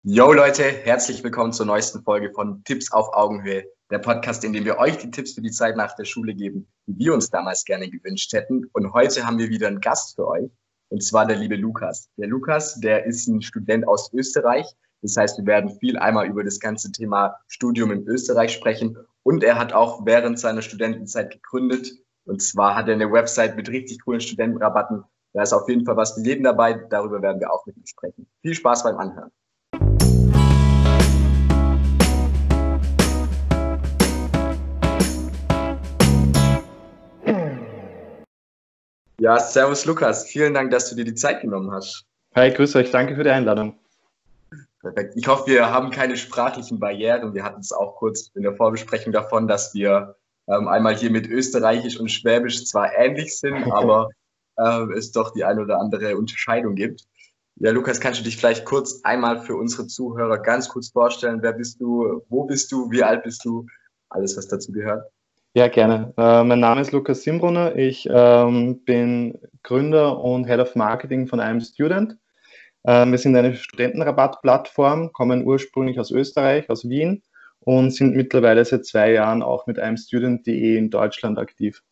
Yo Leute, herzlich willkommen zur neuesten Folge von Tipps auf Augenhöhe, der Podcast, in dem wir euch die Tipps für die Zeit nach der Schule geben, die wir uns damals gerne gewünscht hätten. Und heute haben wir wieder einen Gast für euch, und zwar der liebe Lukas. Der Lukas, der ist ein Student aus Österreich. Das heißt, wir werden viel einmal über das ganze Thema Studium in Österreich sprechen. Und er hat auch während seiner Studentenzeit gegründet. Und zwar hat er eine Website mit richtig coolen Studentenrabatten. Da ist auf jeden Fall was für jeden dabei. Darüber werden wir auch mit ihm sprechen. Viel Spaß beim Anhören. Ja, servus Lukas. Vielen Dank, dass du dir die Zeit genommen hast. Hi, grüß euch, danke für die Einladung. Perfekt. Ich hoffe, wir haben keine sprachlichen Barrieren. Wir hatten es auch kurz in der Vorbesprechung davon, dass wir einmal hier mit Österreichisch und Schwäbisch zwar ähnlich sind, aber es doch die eine oder andere Unterscheidung gibt. Ja, Lukas, kannst du dich vielleicht kurz einmal für unsere Zuhörer ganz kurz vorstellen? Wer bist du? Wo bist du? Wie alt bist du? Alles, was dazu gehört. Ja, gerne. Mein Name ist Lukas Simbrunner. Ich bin Gründer und Head of Marketing von I'm Student. Wir sind eine Studentenrabattplattform, kommen ursprünglich aus Österreich, aus Wien und sind mittlerweile seit 2 Jahren auch mit imstudent.de in Deutschland aktiv.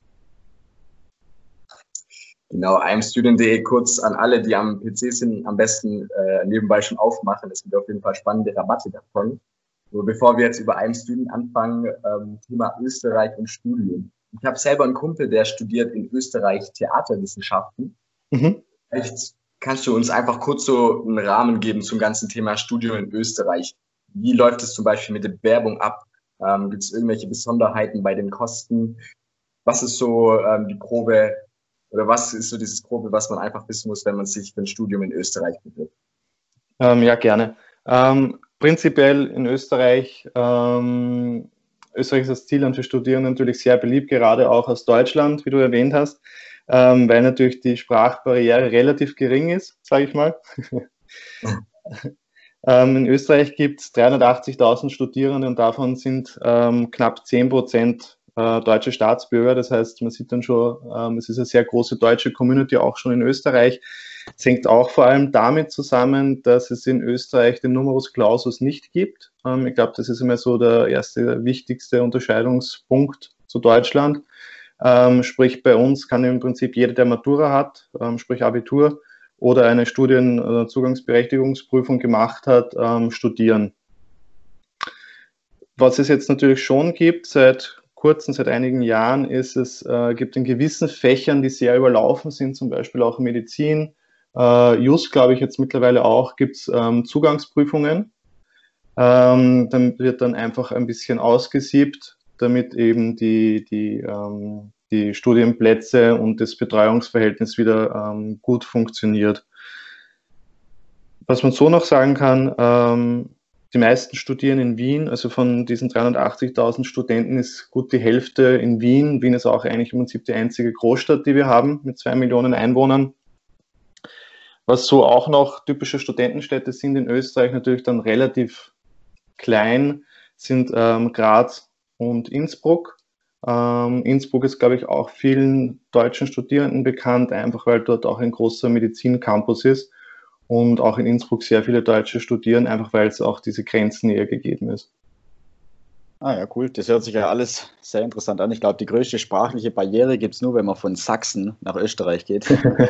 Genau, imstudent.de kurz an alle, die am PC sind, am besten nebenbei schon aufmachen. Es gibt auf jeden Fall spannende Rabatte davon. So, bevor wir jetzt über imstudent anfangen, Thema Österreich und Studium. Ich habe selber einen Kumpel, der studiert in Österreich Theaterwissenschaften. Vielleicht kannst du uns einfach kurz so einen Rahmen geben zum ganzen Thema Studium in Österreich. Wie läuft es zum Beispiel mit der Bewerbung ab? Gibt es irgendwelche Besonderheiten bei den Kosten? Was ist so die Probe oder was ist so dieses Grobe, was man einfach wissen muss, wenn man sich für ein Studium in Österreich bewirbt? Ja, gerne. Prinzipiell in Österreich, Österreich ist das Zielland für Studierende natürlich sehr beliebt, gerade auch aus Deutschland, wie du erwähnt hast, weil natürlich die Sprachbarriere relativ gering ist, sage ich mal. In Österreich gibt es 380.000 Studierende und davon sind knapp 10% deutsche Staatsbürger. Das heißt, man sieht dann schon, es ist eine sehr große deutsche Community auch schon in Österreich. Es hängt auch vor allem damit zusammen, dass es in Österreich den Numerus Clausus nicht gibt. Ich glaube, das ist immer so der erste wichtigste Unterscheidungspunkt zu Deutschland. Sprich, bei uns kann im Prinzip jeder, der Matura hat, sprich Abitur, oder eine Studienzugangsberechtigungsprüfung gemacht hat, studieren. Was es jetzt natürlich schon gibt, seit einigen Jahren, ist es gibt in gewissen Fächern, die sehr überlaufen sind, zum Beispiel auch Medizin, Just, glaube ich, jetzt mittlerweile auch, gibt es Zugangsprüfungen. Dann wird dann einfach ein bisschen ausgesiebt, damit eben die Studienplätze und das Betreuungsverhältnis wieder gut funktioniert. Was man so noch sagen kann, die meisten studieren in Wien, also von diesen 380.000 Studenten ist gut die Hälfte in Wien. Wien ist auch eigentlich im Prinzip die einzige Großstadt, die wir haben, mit 2 Millionen Einwohnern. Was so auch noch typische Studentenstädte sind in Österreich, natürlich dann relativ klein, sind Graz und Innsbruck. Innsbruck ist, glaube ich, auch vielen deutschen Studierenden bekannt, einfach weil dort auch ein großer Medizincampus ist und auch in Innsbruck sehr viele Deutsche studieren, einfach weil es auch diese Grenznähe gegeben ist. Ah ja, cool. Das hört sich ja alles sehr interessant an. Ich glaube, die größte sprachliche Barriere gibt es nur, wenn man von Sachsen nach Österreich geht.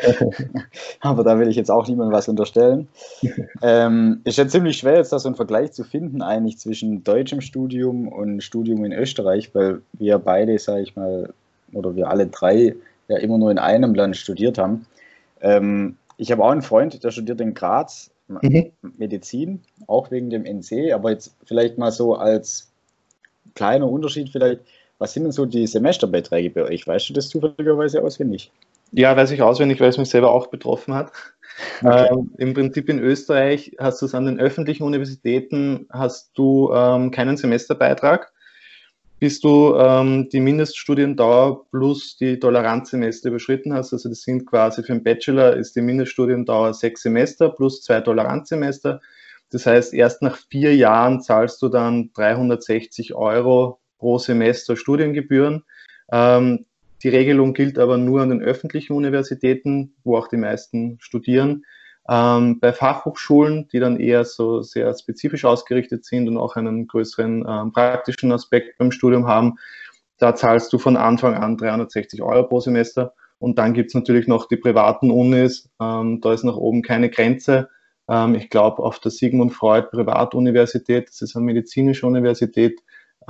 Aber da will ich jetzt auch niemandem was unterstellen. Ist ja ziemlich schwer, jetzt da so einen Vergleich zu finden, eigentlich zwischen deutschem Studium und Studium in Österreich, weil wir beide, sage ich mal, oder wir alle drei ja immer nur in einem Land studiert haben. Ich habe auch einen Freund, der studiert in Graz Medizin, auch wegen dem NC, aber jetzt vielleicht mal so als kleiner Unterschied vielleicht, was sind denn so die Semesterbeiträge bei euch? Weißt du das zufälligerweise auswendig? Ja, weiß ich auswendig, weil es mich selber auch betroffen hat. Okay. Im Prinzip in Österreich hast du es an den öffentlichen Universitäten, hast du keinen Semesterbeitrag, bis du die Mindeststudiendauer plus die Toleranzsemester überschritten hast. Also das sind quasi für einen Bachelor ist die Mindeststudiendauer 6 Semester plus 2 Toleranzsemester. Das heißt, erst nach 4 Jahren zahlst du dann 360 € pro Semester Studiengebühren. Die Regelung gilt aber nur an den öffentlichen Universitäten, wo auch die meisten studieren. Bei Fachhochschulen, die dann eher so sehr spezifisch ausgerichtet sind und auch einen größeren praktischen Aspekt beim Studium haben, da zahlst du von Anfang an 360 Euro pro Semester. Und dann gibt es natürlich noch die privaten Unis, da ist nach oben keine Grenze. Ich glaube, auf der Sigmund Freud Privatuniversität, das ist eine medizinische Universität,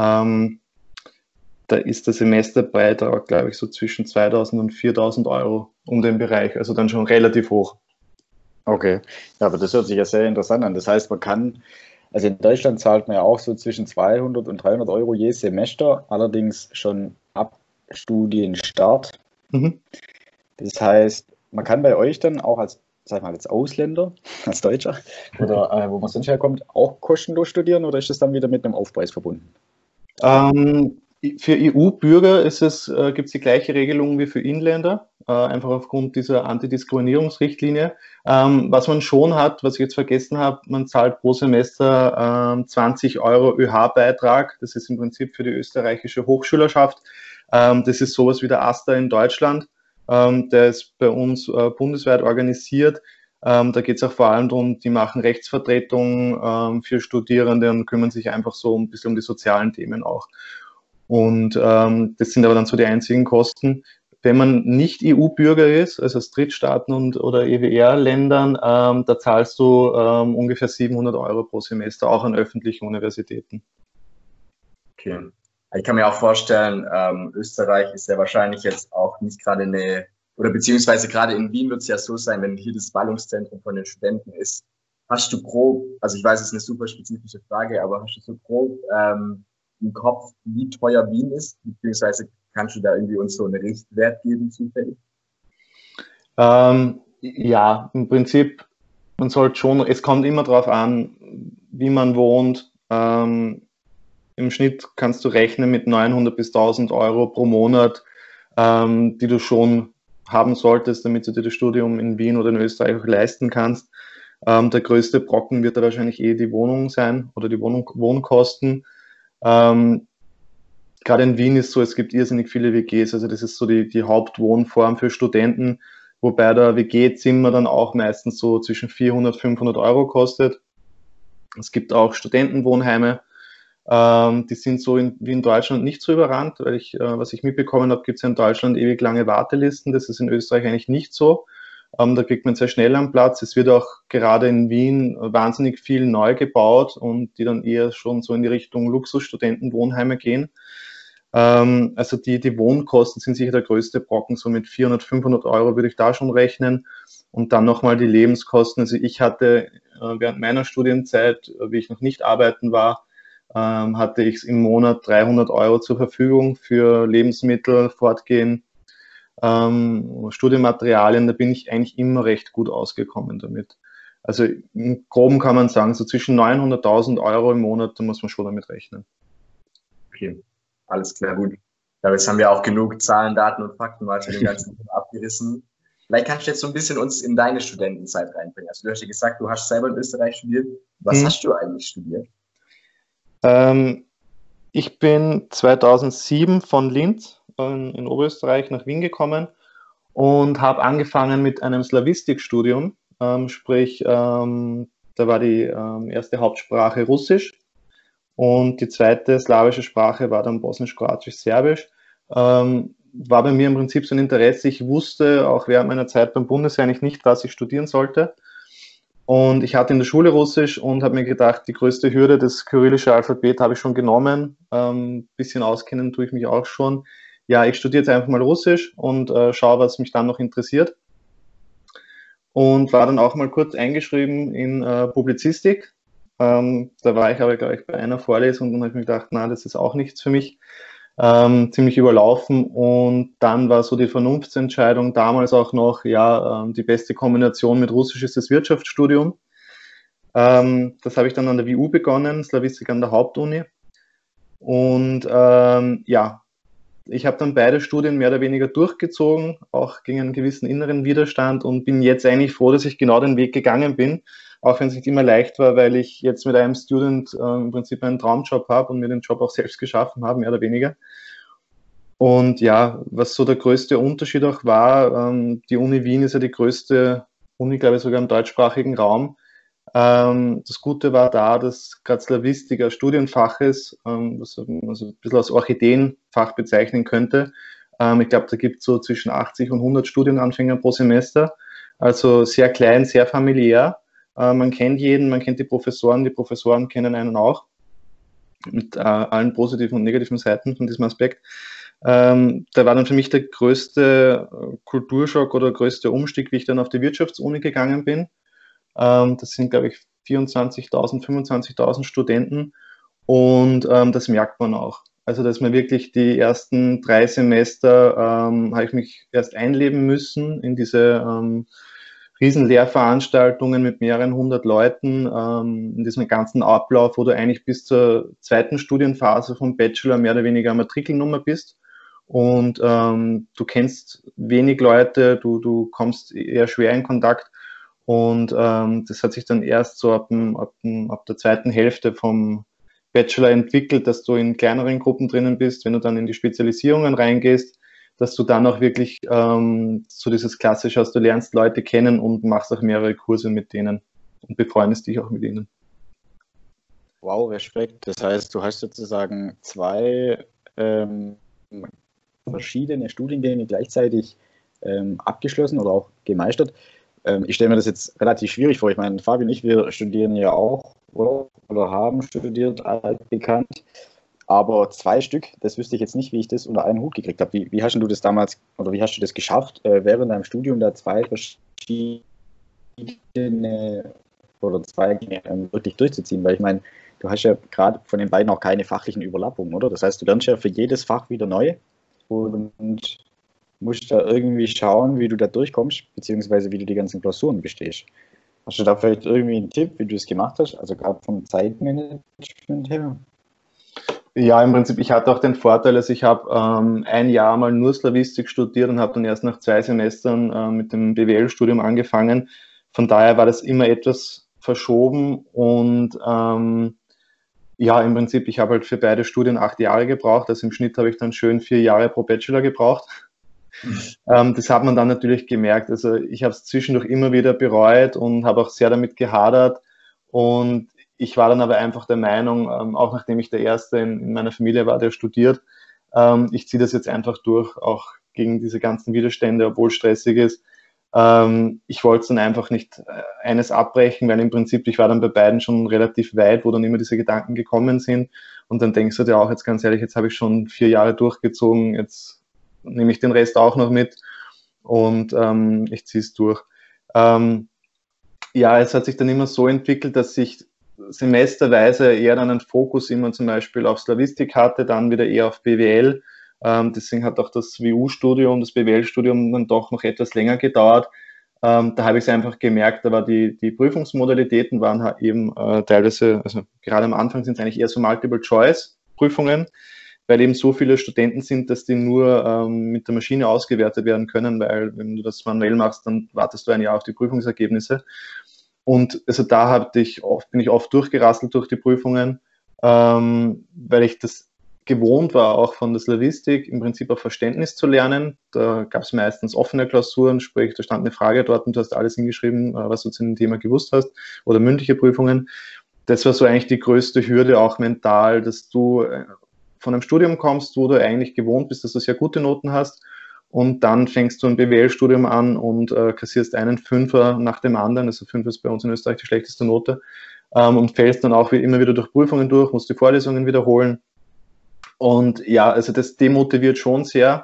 da ist der Semesterbeitrag, glaube ich, so zwischen 2.000 und 4.000 Euro um den Bereich, also dann schon relativ hoch. Okay, ja, aber das hört sich ja sehr interessant an. Das heißt, man kann, also in Deutschland zahlt man ja auch so zwischen 200 und 300 Euro je Semester, allerdings schon ab Studienstart. Mhm. Das heißt, man kann bei euch dann auch als, sag ich mal, als Ausländer, als Deutscher oder wo man sonst herkommt, auch kostenlos studieren oder ist es dann wieder mit einem Aufpreis verbunden? Für EU-Bürger gibt es die gleiche Regelung wie für Inländer, einfach aufgrund dieser Antidiskriminierungsrichtlinie. Was man schon hat, was ich jetzt vergessen habe, man zahlt pro Semester 20 Euro ÖH-Beitrag. Das ist im Prinzip für die österreichische Hochschülerschaft. Das ist sowas wie der AStA in Deutschland. Der ist bei uns bundesweit organisiert. Da geht es auch vor allem darum, die machen Rechtsvertretung für Studierende und kümmern sich einfach so ein bisschen um die sozialen Themen auch. Und das sind aber dann so die einzigen Kosten. Wenn man nicht EU-Bürger ist, also aus Drittstaaten oder EWR-Ländern, da zahlst du ungefähr 700 Euro pro Semester, auch an öffentlichen Universitäten. Okay. Ich kann mir auch vorstellen, Österreich ist ja wahrscheinlich jetzt auch nicht gerade oder beziehungsweise gerade in Wien wird es ja so sein, wenn hier das Ballungszentrum von den Studenten ist. Hast du grob, also ich weiß, es ist eine super spezifische Frage, aber hast du so grob im Kopf, wie teuer Wien ist, beziehungsweise kannst du da irgendwie uns so einen Richtwert geben zufällig? Ja, im Prinzip, man sollte schon, es kommt immer darauf an, wie man wohnt. Im Schnitt kannst du rechnen mit 900 bis 1.000 Euro pro Monat, die du schon haben solltest, damit du dir das Studium in Wien oder in Österreich auch leisten kannst. Der größte Brocken wird da wahrscheinlich die Wohnung sein oder die Wohnkosten. Gerade in Wien ist so, es gibt irrsinnig viele WGs, also das ist so die Hauptwohnform für Studenten, wobei der WG-Zimmer dann auch meistens so zwischen 400 und 500 Euro kostet. Es gibt auch Studentenwohnheime, die sind so wie in Deutschland nicht so überrannt, weil was ich mitbekommen habe, gibt es ja in Deutschland ewig lange Wartelisten, das ist in Österreich eigentlich nicht so. Da kriegt man sehr schnell einen Platz. Es wird auch gerade in Wien wahnsinnig viel neu gebaut und die dann eher schon so in die Richtung Luxusstudentenwohnheime gehen. Also die Wohnkosten sind sicher der größte Brocken, so mit 400, 500 Euro würde ich da schon rechnen. Und dann nochmal die Lebenskosten. Also ich hatte während meiner Studienzeit, wie ich noch nicht arbeiten war, hatte ich im Monat 300 Euro zur Verfügung für Lebensmittel, Fortgehen, Studienmaterialien, da bin ich eigentlich immer recht gut ausgekommen damit. Also im Groben kann man sagen, so zwischen 900.000 Euro im Monat, da muss man schon damit rechnen. Okay, alles klar, gut. Ja, jetzt haben wir auch genug Zahlen, Daten und Fakten mal zu dem ganzen Thema abgerissen. Vielleicht kannst du jetzt so ein bisschen uns in deine Studentenzeit reinbringen. Also du hast ja gesagt, du hast selber in Österreich studiert. Was hast du eigentlich studiert? Ich bin 2007 von Linz in Oberösterreich nach Wien gekommen und habe angefangen mit einem Slawistikstudium, sprich, da war die erste Hauptsprache Russisch und die zweite slawische Sprache war dann Bosnisch-Kroatisch-Serbisch. War bei mir im Prinzip so ein Interesse. Ich wusste auch während meiner Zeit beim Bundesheer eigentlich nicht, was ich studieren sollte. Und ich hatte in der Schule Russisch und habe mir gedacht, die größte Hürde, das kyrillische Alphabet, habe ich schon genommen. Bisschen auskennen tue ich mich auch schon. Ja, ich studiere jetzt einfach mal Russisch und schaue, was mich dann noch interessiert. Und war dann auch mal kurz eingeschrieben in Publizistik. Da war ich aber, glaube ich, bei einer Vorlesung und habe mir gedacht, na, das ist auch nichts für mich. Ziemlich überlaufen. Und dann war so die Vernunftsentscheidung damals auch noch, ja, die beste Kombination mit Russisch ist das Wirtschaftsstudium. Das habe ich dann an der WU begonnen, Slawistik an der Hauptuni. Und ja, ich habe dann beide Studien mehr oder weniger durchgezogen, auch gegen einen gewissen inneren Widerstand und bin jetzt eigentlich froh, dass ich genau den Weg gegangen bin, auch wenn es nicht immer leicht war, weil ich jetzt mit einem Student im Prinzip einen Traumjob habe und mir den Job auch selbst geschaffen habe, mehr oder weniger. Und ja, was so der größte Unterschied auch war, die Uni Wien ist ja die größte Uni, glaube ich, sogar im deutschsprachigen Raum. Das Gute war da, dass gerade Slavistik ein Studienfach ist, was man also ein bisschen als Orchideenfach bezeichnen könnte. Ich glaube, da gibt es so zwischen 80 und 100 Studienanfänger pro Semester. Also sehr klein, sehr familiär. Man kennt jeden, man kennt die Professoren kennen einen auch. Mit allen positiven und negativen Seiten von diesem Aspekt. Da war dann für mich der größte Kulturschock oder größte Umstieg, wie ich dann auf die Wirtschaftsuni gegangen bin. Das sind, glaube ich, 24.000, 25.000 Studenten und das merkt man auch. Also, dass man wirklich die ersten 3 Semester habe ich mich erst einleben müssen in diese Riesenlehrveranstaltungen mit mehreren hundert Leuten, in diesem ganzen Ablauf, wo du eigentlich bis zur zweiten Studienphase vom Bachelor mehr oder weniger Matrikelnummer bist. Und du kennst wenig Leute, du kommst eher schwer in Kontakt. Und das hat sich dann erst so ab der zweiten Hälfte vom Bachelor entwickelt, dass du in kleineren Gruppen drinnen bist, wenn du dann in die Spezialisierungen reingehst, dass du dann auch wirklich so dieses Klassische hast, du lernst Leute kennen und machst auch mehrere Kurse mit denen und befreundest dich auch mit ihnen. Wow, Respekt. Das heißt, du hast sozusagen 2 verschiedene Studiengänge gleichzeitig abgeschlossen oder auch gemeistert. Ich stelle mir das jetzt relativ schwierig vor. Ich meine, Fabi und ich, wir studieren ja auch oder haben studiert, altbekannt. Aber 2 Stück, das wüsste ich jetzt nicht, wie ich das unter einen Hut gekriegt habe. Wie hast du das damals, oder wie hast du das geschafft, während deinem Studium da 2 verschiedene oder 2 wirklich durchzuziehen? Weil ich meine, du hast ja gerade von den beiden auch keine fachlichen Überlappungen, oder? Das heißt, du lernst ja für jedes Fach wieder neu und musst da irgendwie schauen, wie du da durchkommst, beziehungsweise wie du die ganzen Klausuren bestehst. Hast du da vielleicht irgendwie einen Tipp, wie du es gemacht hast, also gerade vom Zeitmanagement her? Ja, im Prinzip, ich hatte auch den Vorteil, dass ich habe ein Jahr mal nur Slavistik studiert und habe dann erst nach 2 Semestern mit dem BWL-Studium angefangen. Von daher war das immer etwas verschoben und ja, im Prinzip, ich habe halt für beide Studien 8 Jahre gebraucht, also im Schnitt habe ich dann schön 4 Jahre pro Bachelor gebraucht. Das hat man dann natürlich gemerkt. Also ich habe es zwischendurch immer wieder bereut und habe auch sehr damit gehadert. Und ich war dann aber einfach der Meinung, auch nachdem ich der Erste in meiner Familie war, der studiert, ich ziehe das jetzt einfach durch, auch gegen diese ganzen Widerstände, obwohl es stressig ist. Ich wollte es dann einfach nicht eines abbrechen, weil im Prinzip, ich war dann bei beiden schon relativ weit, wo dann immer diese Gedanken gekommen sind. Und dann denkst du dir auch jetzt ganz ehrlich, jetzt habe ich schon 4 Jahre durchgezogen, jetzt nehme ich den Rest auch noch mit und ich ziehe es durch. Ja, es hat sich dann immer so entwickelt, dass ich semesterweise eher dann einen Fokus immer zum Beispiel auf Slavistik hatte, dann wieder eher auf BWL. Deswegen hat auch das WU-Studium, das BWL-Studium dann doch noch etwas länger gedauert. Da habe ich es einfach gemerkt, aber die Prüfungsmodalitäten waren halt eben teilweise, also gerade am Anfang sind es eigentlich eher so Multiple-Choice-Prüfungen, weil eben so viele Studenten sind, dass die nur mit der Maschine ausgewertet werden können, weil wenn du das manuell machst, dann wartest du ein Jahr auf die Prüfungsergebnisse. Und also da bin ich oft durchgerasselt durch die Prüfungen, weil ich das gewohnt war, auch von der Slavistik im Prinzip auf Verständnis zu lernen. Da gab es meistens offene Klausuren, sprich, da stand eine Frage dort und du hast alles hingeschrieben, was du zu dem Thema gewusst hast, oder mündliche Prüfungen. Das war so eigentlich die größte Hürde, auch mental, dass du von einem Studium kommst, wo du eigentlich gewohnt bist, dass du sehr gute Noten hast und dann fängst du ein BWL-Studium an und kassierst einen Fünfer nach dem anderen, also 5 ist bei uns in Österreich die schlechteste Note und fällst dann auch immer wieder durch Prüfungen durch, musst die Vorlesungen wiederholen und ja, also das demotiviert schon sehr.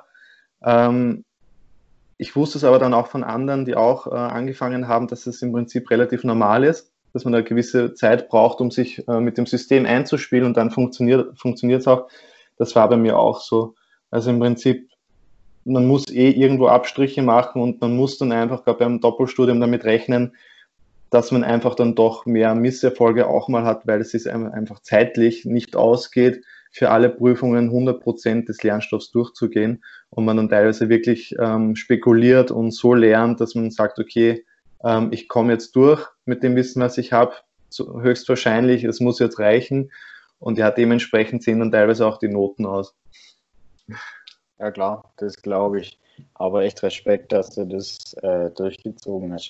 Ich wusste es aber dann auch von anderen, die auch angefangen haben, dass es im Prinzip relativ normal ist, dass man eine gewisse Zeit braucht, um sich mit dem System einzuspielen und dann funktioniert es auch. Das war bei mir auch so. Also im Prinzip, man muss irgendwo Abstriche machen und man muss dann einfach gerade beim Doppelstudium damit rechnen, dass man einfach dann doch mehr Misserfolge auch mal hat, weil es sich einfach zeitlich nicht ausgeht, für alle Prüfungen 100% des Lernstoffs durchzugehen und man dann teilweise wirklich spekuliert und so lernt, dass man sagt, okay, ich komme jetzt durch mit dem Wissen, was ich habe, so höchstwahrscheinlich, es muss jetzt reichen und ja, dementsprechend sehen dann teilweise auch die Noten aus. Ja klar, das glaube ich, aber echt Respekt, dass du das durchgezogen hast.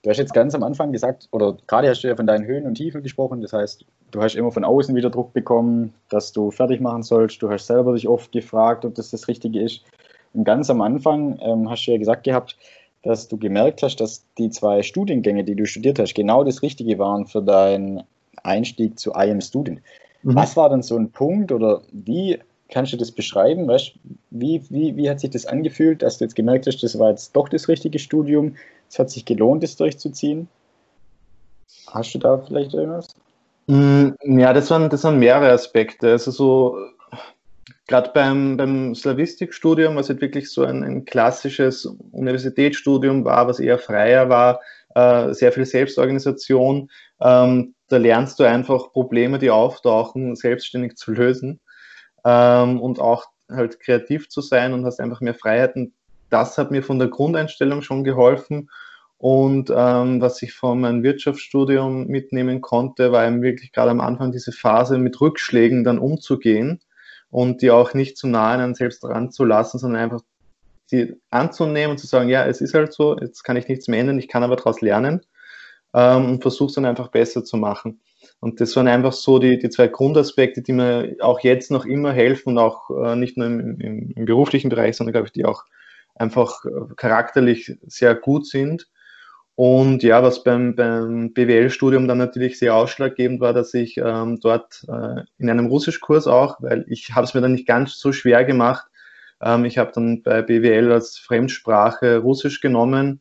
Du hast jetzt ganz am Anfang gesagt, oder gerade hast du ja von deinen Höhen und Tiefen gesprochen, das heißt, du hast immer von außen wieder Druck bekommen, dass du fertig machen sollst, du hast selber dich oft gefragt, ob das Richtige ist. Und ganz am Anfang hast du ja gesagt gehabt, dass du gemerkt hast, dass die 2 Studiengänge, die du studiert hast, genau das Richtige waren für deinen Einstieg zu I Am Student. Was war dann so ein Punkt oder wie kannst du das beschreiben? Weißt, wie hat sich das angefühlt, dass du jetzt gemerkt hast, das war jetzt doch das richtige Studium, es hat sich gelohnt, das durchzuziehen? Hast du da vielleicht irgendwas? Ja, das waren mehrere Aspekte. Also so, gerade beim Slavistikstudium, was halt wirklich so ein klassisches Universitätsstudium war, was eher freier war, sehr viel Selbstorganisation, da lernst du einfach Probleme, die auftauchen, selbstständig zu lösen, und auch halt kreativ zu sein und hast einfach mehr Freiheiten. Das hat mir von der Grundeinstellung schon geholfen. Und was ich von meinem Wirtschaftsstudium mitnehmen konnte, war eben wirklich gerade am Anfang diese Phase mit Rückschlägen dann umzugehen und die auch nicht zu nah an einen selbst ranzulassen, sondern einfach die anzunehmen und zu sagen, ja, es ist halt so, jetzt kann ich nichts mehr ändern, ich kann aber daraus lernen, und versuche es dann einfach besser zu machen. Und das waren einfach so die 2 Grundaspekte, die mir auch jetzt noch immer helfen, auch nicht nur im beruflichen Bereich, sondern glaube ich, die auch einfach charakterlich sehr gut sind. Und ja, was beim BWL-Studium dann natürlich sehr ausschlaggebend war, dass ich dort in einem Russischkurs auch, weil ich habe es mir dann nicht ganz so schwer gemacht. Ich habe dann bei BWL als Fremdsprache Russisch genommen,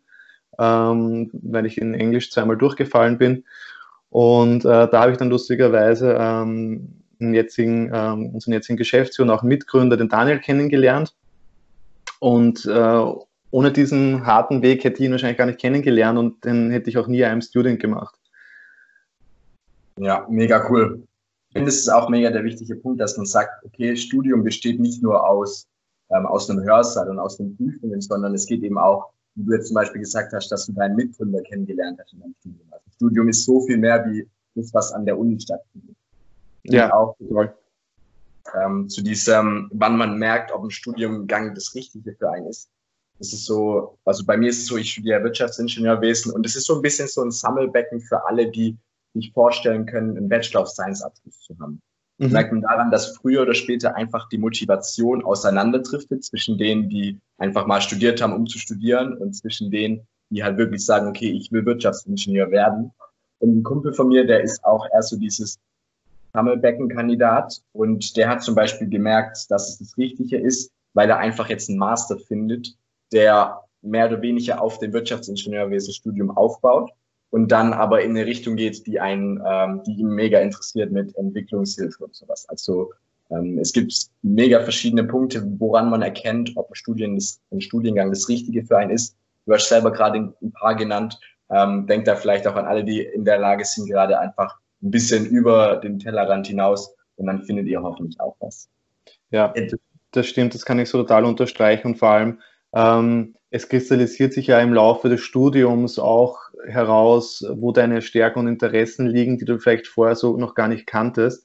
weil ich in Englisch zweimal durchgefallen bin. Und da habe ich dann lustigerweise unseren jetzigen Geschäftsführer und auch Mitgründer, den Daniel, kennengelernt. Und ohne diesen harten Weg hätte ich ihn wahrscheinlich gar nicht kennengelernt und den hätte ich auch nie einem Student gemacht. Ja, mega cool. Ich finde, es ist auch mega der wichtige Punkt, dass man sagt, okay, Studium besteht nicht nur aus einem Hörsaal und aus den Prüfungen, sondern es geht eben auch, wie du jetzt zum Beispiel gesagt hast, dass du deinen Mitgründer kennengelernt hast in deinem Studium. Also Studium ist so viel mehr wie das, was an der Uni stattfindet. Ja, auch zu diesem, wann man merkt, ob ein Studiengang das Richtige für einen ist. Das ist so, also bei mir ist es so, ich studiere Wirtschaftsingenieurwesen und es ist so ein bisschen so ein Sammelbecken für alle, die sich vorstellen können, einen Bachelor of Science Abschluss zu haben. Merkt man daran, dass früher oder später einfach die Motivation auseinanderdriftet zwischen denen, die einfach mal studiert haben, um zu studieren, und zwischen denen, die halt wirklich sagen, okay, ich will Wirtschaftsingenieur werden. Und ein Kumpel von mir, der ist auch erst so dieses Sammelbecken-Kandidat, und der hat zum Beispiel gemerkt, dass es das Richtige ist, weil er einfach jetzt einen Master findet, der mehr oder weniger auf dem Wirtschaftsingenieurwesen-Studium aufbaut und dann aber in eine Richtung geht, die ihn mega interessiert, mit Entwicklungshilfe und sowas. Also es gibt mega verschiedene Punkte, woran man erkennt, ob ein Studiengang das Richtige für einen ist. Du hast selber gerade ein paar genannt. Denkt da vielleicht auch an alle, die in der Lage sind, gerade einfach ein bisschen über den Tellerrand hinaus, und dann findet ihr hoffentlich auch was. Ja, das stimmt, das kann ich so total unterstreichen, und vor allem es kristallisiert sich ja im Laufe des Studiums auch heraus, wo deine Stärken und Interessen liegen, die du vielleicht vorher so noch gar nicht kanntest.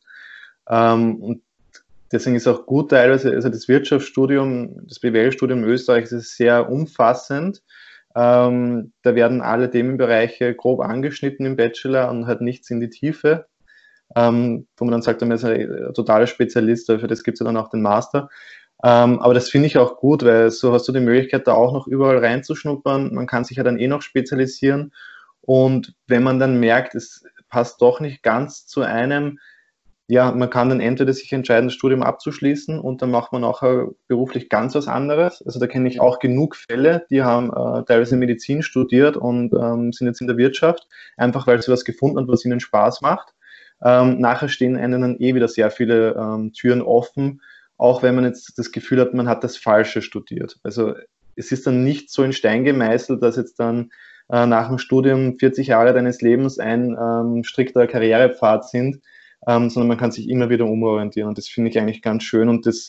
Und deswegen ist auch gut teilweise, also das Wirtschaftsstudium, das BWL-Studium in Österreich ist sehr umfassend. Da werden alle Themenbereiche grob angeschnitten im Bachelor und halt nichts in die Tiefe, wo man dann sagt, man ist ein totaler Spezialist, für das gibt es ja dann auch den Master. Aber das finde ich auch gut, weil so hast du die Möglichkeit, da auch noch überall reinzuschnuppern. Man kann sich ja dann eh noch spezialisieren. Und wenn man dann merkt, es passt doch nicht ganz zu einem, ja, man kann dann entweder sich entscheiden, das Studium abzuschließen, und dann macht man auch beruflich ganz was anderes. Also da kenne ich auch genug Fälle, die haben teilweise Medizin studiert und sind jetzt in der Wirtschaft, einfach weil sie was gefunden haben, was ihnen Spaß macht. Nachher stehen einem dann eh wieder sehr viele Türen offen, auch wenn man jetzt das Gefühl hat, man hat das Falsche studiert. Also es ist dann nicht so in Stein gemeißelt, dass jetzt dann nach dem Studium 40 Jahre deines Lebens ein strikter Karrierepfad sind, sondern man kann sich immer wieder umorientieren, und das finde ich eigentlich ganz schön, und das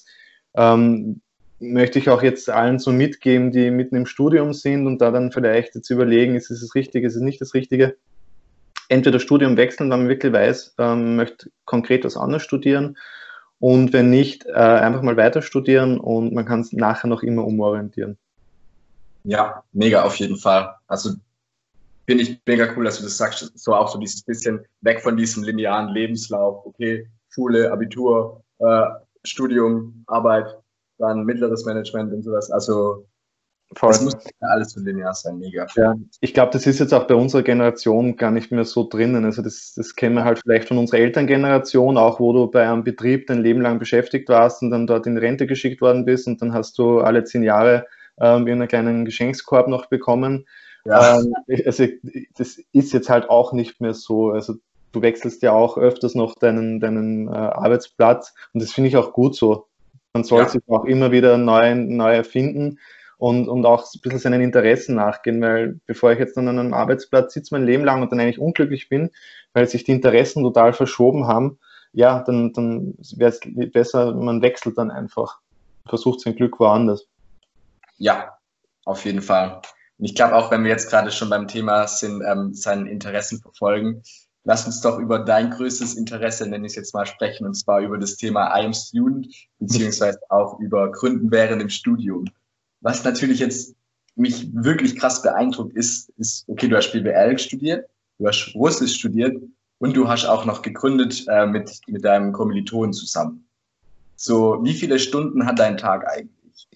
möchte ich auch jetzt allen so mitgeben, die mitten im Studium sind und da dann vielleicht jetzt überlegen, ist es das Richtige, ist es nicht das Richtige. Entweder Studium wechseln, wenn man wirklich weiß, möchte konkret was anderes studieren, und wenn nicht, einfach mal weiter studieren, und man kann es nachher noch immer umorientieren. Ja, mega auf jeden Fall. Also Finde ich mega cool, dass du das sagst, so auch so dieses bisschen weg von diesem linearen Lebenslauf, okay, Schule, Abitur, Studium, Arbeit, dann mittleres Management und sowas. Also Voll. das muss nicht alles so linear sein, mega. Ja, ich glaube, das ist jetzt auch bei unserer Generation gar nicht mehr so drinnen. Also das kennen wir halt vielleicht von unserer Elterngeneration, auch wo du bei einem Betrieb dein Leben lang beschäftigt warst und dann dort in Rente geschickt worden bist und dann hast du alle 10 Jahre einen kleinen Geschenkskorb noch bekommen. Ja. Also das ist jetzt halt auch nicht mehr so. Also du wechselst ja auch öfters noch deinen Arbeitsplatz und das finde ich auch gut so. Man soll sich auch immer wieder neu erfinden und auch ein bisschen seinen Interessen nachgehen, weil bevor ich jetzt dann an einem Arbeitsplatz sitze mein Leben lang und dann eigentlich unglücklich bin, weil sich die Interessen total verschoben haben, ja, dann wäre es besser, man wechselt dann einfach, versucht sein Glück woanders. Ja, auf jeden Fall. Und ich glaube auch, wenn wir jetzt gerade schon beim Thema sind, seinen Interessen verfolgen, lass uns doch über dein größtes Interesse, nenne ich es jetzt mal, sprechen, und zwar über das Thema I am Student, beziehungsweise auch über Gründen während dem Studium. Was natürlich jetzt mich wirklich krass beeindruckt ist, okay, du hast BWL studiert, du hast Russisch studiert und du hast auch noch gegründet mit deinem Kommilitonen zusammen. So, wie viele Stunden hat dein Tag eigentlich?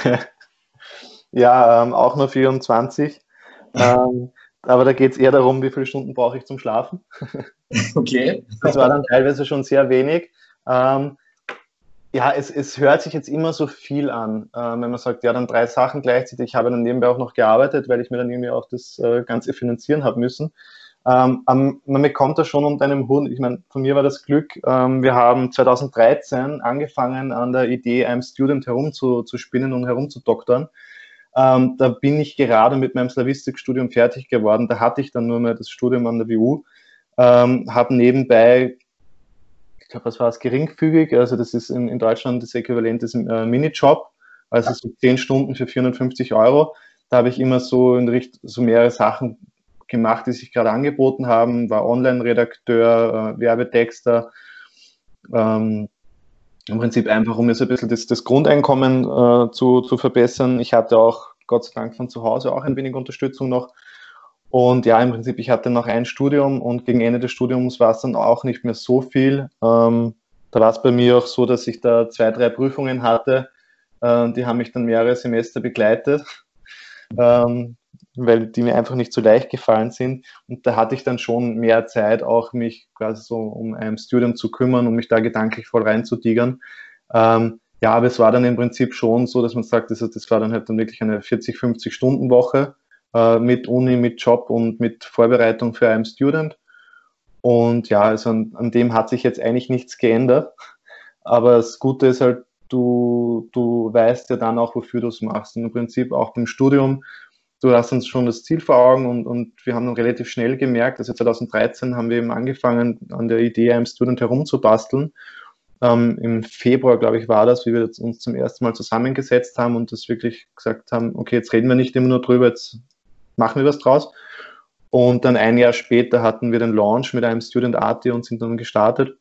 Ja, auch nur 24. Aber da geht es eher darum, wie viele Stunden brauche ich zum Schlafen. Okay. Das war dann teilweise schon sehr wenig. Ja, es hört sich jetzt immer so viel an, wenn man sagt, ja, dann 3 Sachen gleichzeitig. Ich habe dann nebenbei auch noch gearbeitet, weil ich mir dann irgendwie auch das Ganze finanzieren habe müssen. Man bekommt da schon unter einem Hut. Ich meine, von mir war das Glück. Wir haben 2013 angefangen, an der Idee I am Student herumzuspinnen und herumzudoktern. Da bin ich gerade mit meinem Slavistikstudium fertig geworden. Da hatte ich dann nur mehr das Studium an der WU. Habe nebenbei, ich glaube, was war es, geringfügig, also das ist in Deutschland das Äquivalent des Minijob, also so 10 Stunden für 450 €. Da habe ich immer so so mehrere Sachen gemacht, die sich gerade angeboten haben, war Online-Redakteur, Werbetexter, im Prinzip einfach, um mir so ein bisschen das Grundeinkommen zu verbessern. Ich hatte auch, Gott sei Dank, von zu Hause auch ein wenig Unterstützung noch. Und ja, im Prinzip, ich hatte noch ein Studium und gegen Ende des Studiums war es dann auch nicht mehr so viel. Da war es bei mir auch so, dass ich da 2, 3 Prüfungen hatte. Die haben mich dann mehrere Semester begleitet, weil die mir einfach nicht so leicht gefallen sind. Und da hatte ich dann schon mehr Zeit, auch mich quasi so um ein Studium zu kümmern, um mich da gedanklich voll reinzutigern. Ja, aber es war dann im Prinzip schon so, dass man sagt, das war dann halt dann wirklich eine 40, 50-Stunden-Woche mit Uni, mit Job und mit Vorbereitung für I am Student. Und ja, also an dem hat sich jetzt eigentlich nichts geändert. Aber das Gute ist halt, du weißt ja dann auch, wofür du es machst. Und im Prinzip auch beim Studium, du hast uns schon das Ziel vor Augen und wir haben dann relativ schnell gemerkt, also 2013 haben wir eben angefangen, an der Idee I am Student herumzubasteln. Im Februar, glaube ich, war das, wie wir uns zum ersten Mal zusammengesetzt haben und das wirklich gesagt haben, okay, jetzt reden wir nicht immer nur drüber, jetzt machen wir was draus. Und dann ein Jahr später hatten wir den Launch mit einem Student Arty und sind dann gestartet.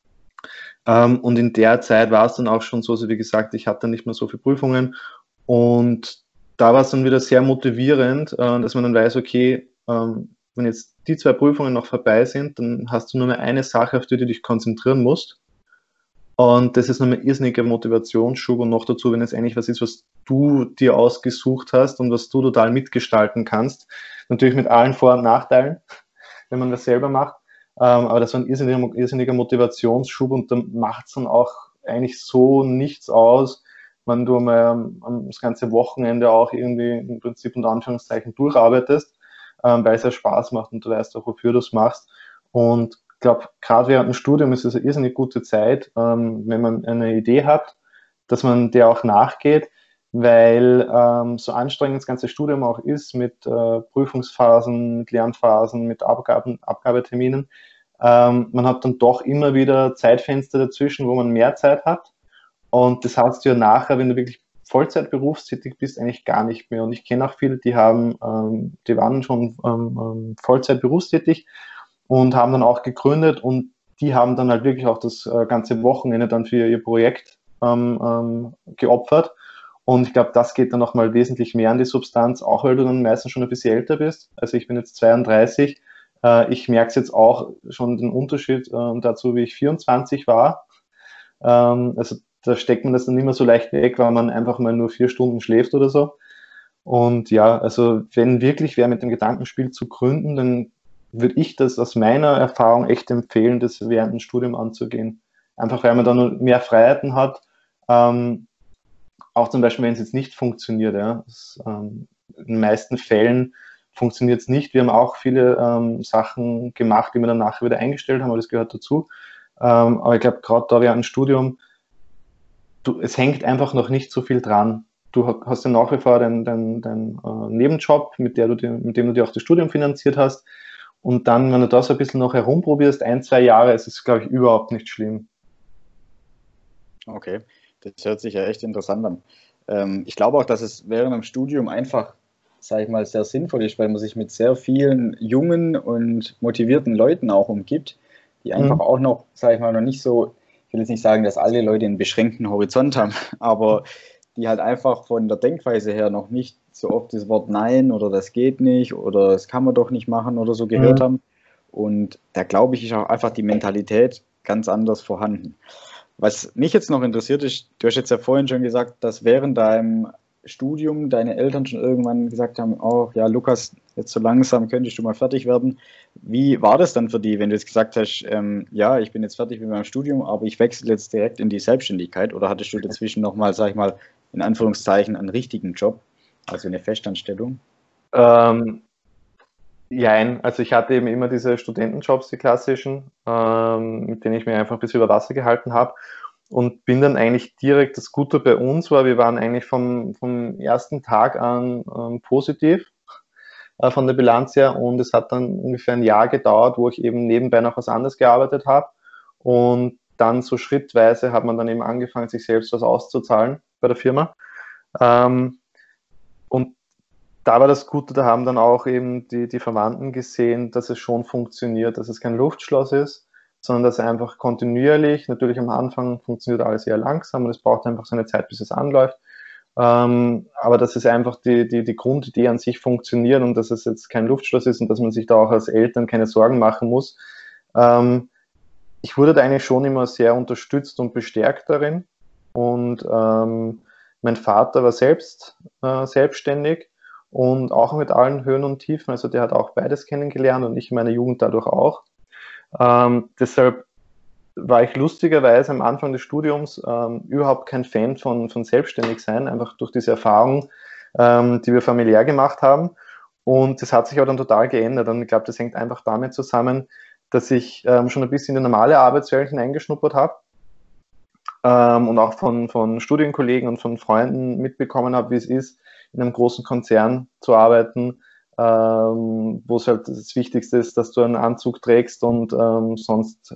Und in der Zeit war es dann auch schon so, also wie gesagt, ich hatte dann nicht mehr so viele Prüfungen und da war es dann wieder sehr motivierend, dass man dann weiß, okay, wenn jetzt die 2 Prüfungen noch vorbei sind, dann hast du nur mehr eine Sache, auf die du dich konzentrieren musst. Und das ist nochmal ein irrsinniger Motivationsschub und noch dazu, wenn es eigentlich was ist, was du dir ausgesucht hast und was du total mitgestalten kannst. Natürlich mit allen Vor- und Nachteilen, wenn man das selber macht. Aber das war ein irrsinniger Motivationsschub und dann macht es dann auch eigentlich so nichts aus, wenn du mal das ganze Wochenende auch irgendwie im Prinzip unter Anführungszeichen durcharbeitest, weil es ja Spaß macht und du weißt auch, wofür du es machst. Und ich glaube, gerade während dem Studium ist es eine irrsinnig gute Zeit, wenn man eine Idee hat, dass man der auch nachgeht, weil so anstrengend das ganze Studium auch ist mit Prüfungsphasen, mit Lernphasen, mit Abgabeterminen. Man hat dann doch immer wieder Zeitfenster dazwischen, wo man mehr Zeit hat. Und das hast du ja nachher, wenn du wirklich Vollzeit berufstätig bist, eigentlich gar nicht mehr. Und ich kenne auch viele, die waren schon Vollzeit berufstätig und haben dann auch gegründet und die haben dann halt wirklich auch das ganze Wochenende dann für ihr Projekt geopfert Und ich glaube, das geht dann nochmal wesentlich mehr an die Substanz, auch weil du dann meistens schon ein bisschen älter bist. Also ich bin jetzt 32. Ich merke es jetzt auch schon den Unterschied dazu, wie ich 24 war. Also da steckt man das dann nicht mehr so leicht weg, weil man einfach mal nur 4 Stunden schläft oder so. Und ja, also wenn wirklich wer mit dem Gedanken spielt zu gründen, dann würde ich das aus meiner Erfahrung echt empfehlen, das während dem Studium anzugehen. Einfach weil man dann mehr Freiheiten hat. Auch zum Beispiel, wenn es jetzt nicht funktioniert. Ja. In den meisten Fällen funktioniert es nicht. Wir haben auch viele Sachen gemacht, die wir dann nachher wieder eingestellt haben, aber das gehört dazu. Aber ich glaube, gerade da während dem Studium, es hängt einfach noch nicht so viel dran. Du hast ja nach wie vor deinen Nebenjob, mit dem du dir auch das Studium finanziert hast. Und dann, wenn du da so ein bisschen noch herumprobierst, 1, 2 Jahre, ist es, glaube ich, überhaupt nicht schlimm. Okay, das hört sich ja echt interessant an. Ich glaube auch, dass es während dem Studium einfach, sage ich mal, sehr sinnvoll ist, weil man sich mit sehr vielen jungen und motivierten Leuten auch umgibt, die einfach auch noch, sage ich mal, noch nicht so, ich will jetzt nicht sagen, dass alle Leute einen beschränkten Horizont haben, aber die halt einfach von der Denkweise her noch nicht so oft das Wort Nein oder das geht nicht oder das kann man doch nicht machen oder so gehört haben. Und da glaube ich, ist auch einfach die Mentalität ganz anders vorhanden. Was mich jetzt noch interessiert ist, du hast jetzt ja vorhin schon gesagt, dass während deinem Studium deine Eltern schon irgendwann gesagt haben, oh ja, Lukas, jetzt so langsam könntest du mal fertig werden. Wie war das dann für die, wenn du jetzt gesagt hast, ja, ich bin jetzt fertig mit meinem Studium, aber ich wechsle jetzt direkt in die Selbstständigkeit, oder hattest du dazwischen nochmal, sag ich mal, in Anführungszeichen einen richtigen Job, also eine Festanstellung? Jein, also ich hatte eben immer diese Studentenjobs, die klassischen, mit denen ich mir einfach ein bisschen über Wasser gehalten habe, und bin dann eigentlich direkt, das Gute bei uns war, wir waren eigentlich vom ersten Tag an positiv von der Bilanz her, und es hat dann ungefähr ein Jahr gedauert, wo ich eben nebenbei noch was anderes gearbeitet habe, und dann so schrittweise hat man dann eben angefangen, sich selbst was auszuzahlen bei der Firma. Und da war das Gute, da haben dann auch eben die Verwandten gesehen, dass es schon funktioniert, dass es kein Luftschloss ist, sondern dass einfach kontinuierlich, natürlich am Anfang funktioniert alles eher langsam und es braucht einfach seine Zeit, bis es anläuft, aber dass es einfach die Grundidee an sich funktioniert und dass es jetzt kein Luftschloss ist und dass man sich da auch als Eltern keine Sorgen machen muss. Ich wurde da eigentlich schon immer sehr unterstützt und bestärkt darin, und mein Vater war selbst selbstständig und auch mit allen Höhen und Tiefen, also der hat auch beides kennengelernt und ich in meiner Jugend dadurch auch. Deshalb war ich lustigerweise am Anfang des Studiums überhaupt kein Fan von selbstständig sein, einfach durch diese Erfahrung, die wir familiär gemacht haben. Und das hat sich aber dann total geändert, und ich glaube, das hängt einfach damit zusammen, dass ich schon ein bisschen in die normale Arbeitswelt hineingeschnuppert habe, und auch von Studienkollegen und von Freunden mitbekommen habe, wie es ist, in einem großen Konzern zu arbeiten, wo es halt das Wichtigste ist, dass du einen Anzug trägst, und sonst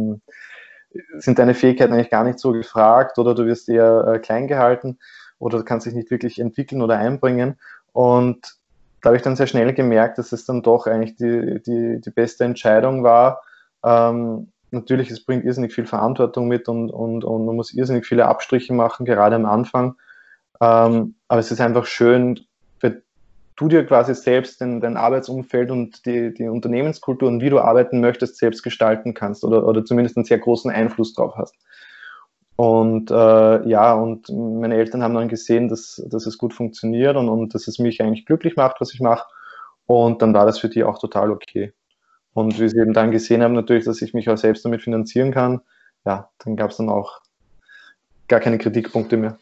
sind deine Fähigkeiten eigentlich gar nicht so gefragt, oder du wirst eher klein gehalten oder du kannst dich nicht wirklich entwickeln oder einbringen. Und da habe ich dann sehr schnell gemerkt, dass es dann doch eigentlich die beste Entscheidung war. Natürlich, es bringt irrsinnig viel Verantwortung mit, und man muss irrsinnig viele Abstriche machen, gerade am Anfang. Aber es ist einfach schön, wenn du dir quasi selbst dein Arbeitsumfeld und die Unternehmenskultur und wie du arbeiten möchtest, selbst gestalten kannst, oder zumindest einen sehr großen Einfluss drauf hast. Und ja, und meine Eltern haben dann gesehen, dass es gut funktioniert und dass es mich eigentlich glücklich macht, was ich mache. Und dann war das für die auch total okay. Und wie sie eben dann gesehen haben, natürlich, dass ich mich auch selbst damit finanzieren kann, ja, dann gab es dann auch gar keine Kritikpunkte mehr.